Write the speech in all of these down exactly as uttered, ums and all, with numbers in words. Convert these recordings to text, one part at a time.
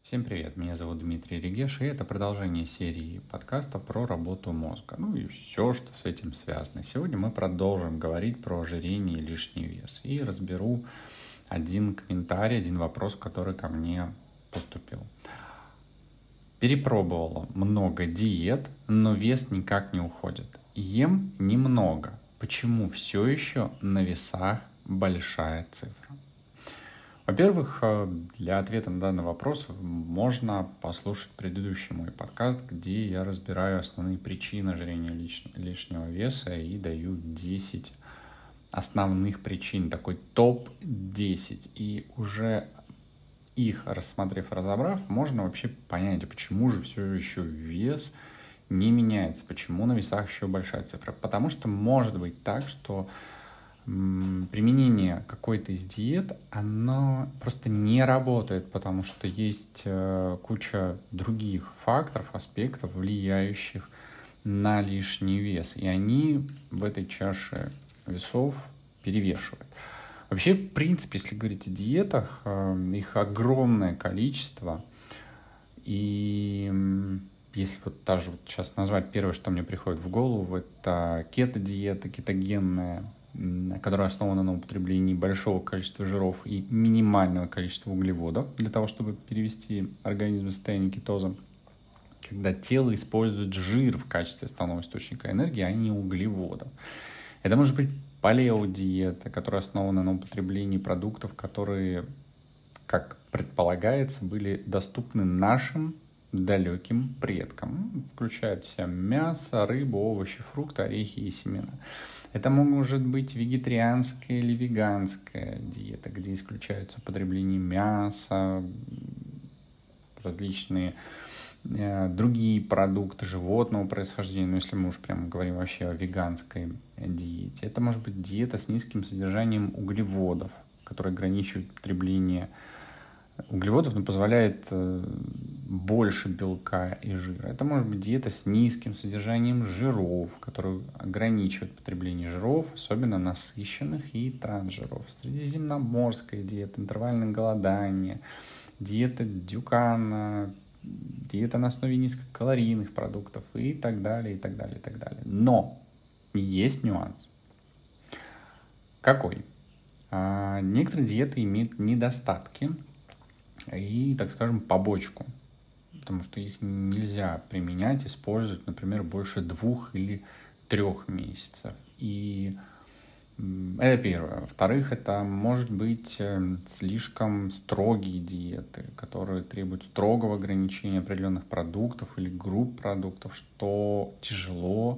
Всем привет, меня зовут Дмитрий Регеш, и это продолжение серии подкастов про работу мозга, ну и все, что с этим связано. Сегодня мы продолжим говорить про ожирение и лишний вес, и разберу один комментарий, один вопрос, который ко мне поступил. Перепробовала много диет, но вес никак не уходит. Ем немного. Почему все еще на весах большая цифра? Во-первых, для ответа на данный вопрос можно послушать предыдущий мой подкаст, где я разбираю основные причины ожирения лишнего веса и даю десять основных причин, такой топ десять. И уже их рассмотрев, разобрав, можно вообще понять, почему же все еще вес не меняется, почему на весах еще большая цифра. Потому что может быть так, что применение какой-то из диет, оно просто не работает, потому что есть куча других факторов, аспектов, влияющих на лишний вес, и они в этой чаше весов перевешивают. Вообще, в принципе, если говорить о диетах, их огромное количество, и если вот даже вот сейчас назвать первое, что мне приходит в голову, это кето-диета, кетогенная, которая основана на употреблении большого количества жиров и минимального количества углеводов для того, чтобы перевести организм в состояние кетоза, когда тело использует жир в качестве основного источника энергии, а не углеводов. Это может быть палеодиета, которая основана на употреблении продуктов, которые, как предполагается, были доступны нашим далеким предкам, включают в себя мясо, рыбу, овощи, фрукты, орехи и семена. Это может быть вегетарианская или веганская диета, где исключается употребление мяса, различные э, другие продукты животного происхождения, ну, если мы уж прямо говорим вообще о веганской диете. Это может быть диета с низким содержанием углеводов, которая ограничивает потребление углеводов, но позволяет э, больше белка и жира. Это может быть диета с низким содержанием жиров, которая ограничивает потребление жиров, особенно насыщенных и трансжиров. Средиземноморская диета, интервальное голодание, диета Дюкана, диета на основе низкокалорийных продуктов и так далее, и так далее, и так далее. Но есть нюанс. Какой? А, некоторые диеты имеют недостатки и, так скажем, побочку, потому что их нельзя применять, использовать, например, больше двух или трех месяцев. И это первое. Во-вторых, это может быть слишком строгие диеты, которые требуют строгого ограничения определенных продуктов или групп продуктов, что тяжело,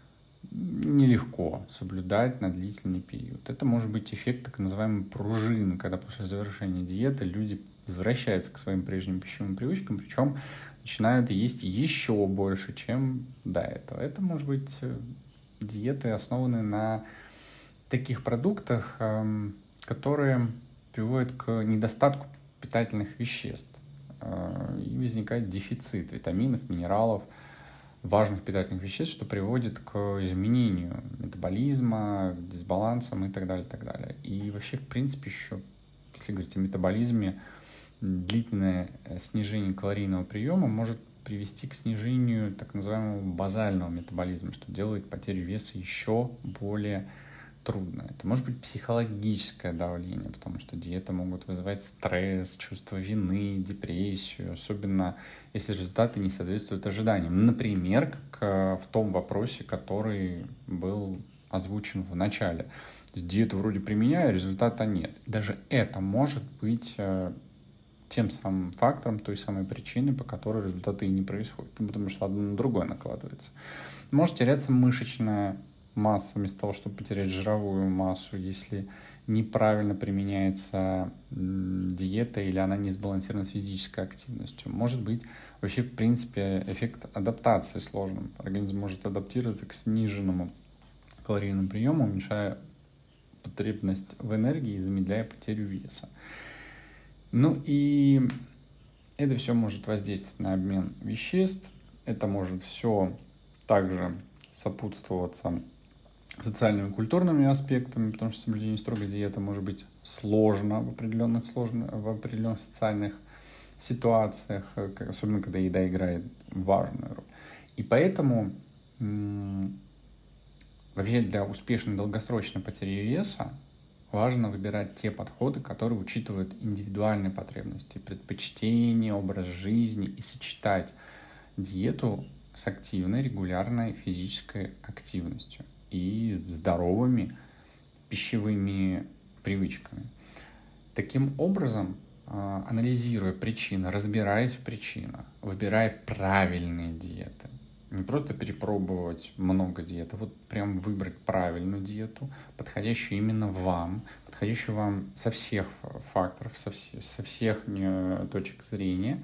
нелегко соблюдать на длительный период. Это может быть эффект так называемой пружины, когда после завершения диеты люди возвращаются к своим прежним пищевым привычкам, причем начинают есть еще больше, чем до этого. Это может быть диеты, основанные на таких продуктах, которые приводят к недостатку питательных веществ. И возникает дефицит витаминов, минералов, важных питательных веществ, что приводит к изменению метаболизма, дисбалансам и так далее, и так далее. И вообще, в принципе, еще, если говорить о метаболизме, длительное снижение калорийного приема может привести к снижению так называемого базального метаболизма, что делает потерю веса еще более трудно. Это может быть психологическое давление, потому что диеты могут вызывать стресс, чувство вины, депрессию, особенно если результаты не соответствуют ожиданиям. Например, как в том вопросе, который был озвучен в начале. То есть диету вроде применяю, результата нет. Даже это может быть тем самым фактором, той самой причиной, по которой результаты и не происходят, потому что одно на другое накладывается. Может теряться мышечная масса вместо того, чтобы потерять жировую массу, если неправильно применяется диета или она не сбалансирована с физической активностью. Может быть, вообще, в принципе, эффект адаптации сложным. Организм может адаптироваться к сниженному калорийному приему, уменьшая потребность в энергии и замедляя потерю веса. Ну и это все может воздействовать на обмен веществ, это может все также сопутствоваться социальными и культурными аспектами, потому что соблюдение строгой диеты может быть сложно в определенных, сложно, в определенных социальных ситуациях, особенно когда еда играет важную роль. И поэтому вообще для успешной долгосрочной потери веса важно выбирать те подходы, которые учитывают индивидуальные потребности, предпочтения, образ жизни и сочетать диету с активной, регулярной физической активностью и здоровыми пищевыми привычками. Таким образом, анализируя причины, разбираясь в причинах, выбирая правильные диеты, не просто перепробовать много диет, а вот прям выбрать правильную диету, подходящую именно вам, подходящую вам со всех факторов, со, все, со всех точек зрения,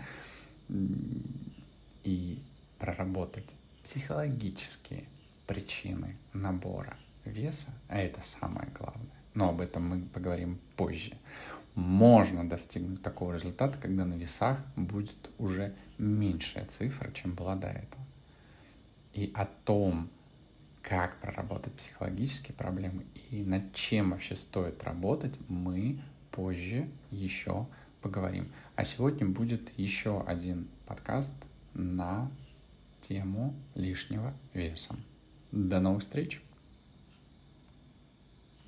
и проработать психологические причины набора веса, а это самое главное. Но об этом мы поговорим позже. Можно достигнуть такого результата, когда на весах будет уже меньшая цифра, чем была до этого. И о том, как проработать психологические проблемы и над чем вообще стоит работать, мы позже еще поговорим. А сегодня будет еще один подкаст на тему лишнего веса. До новых встреч!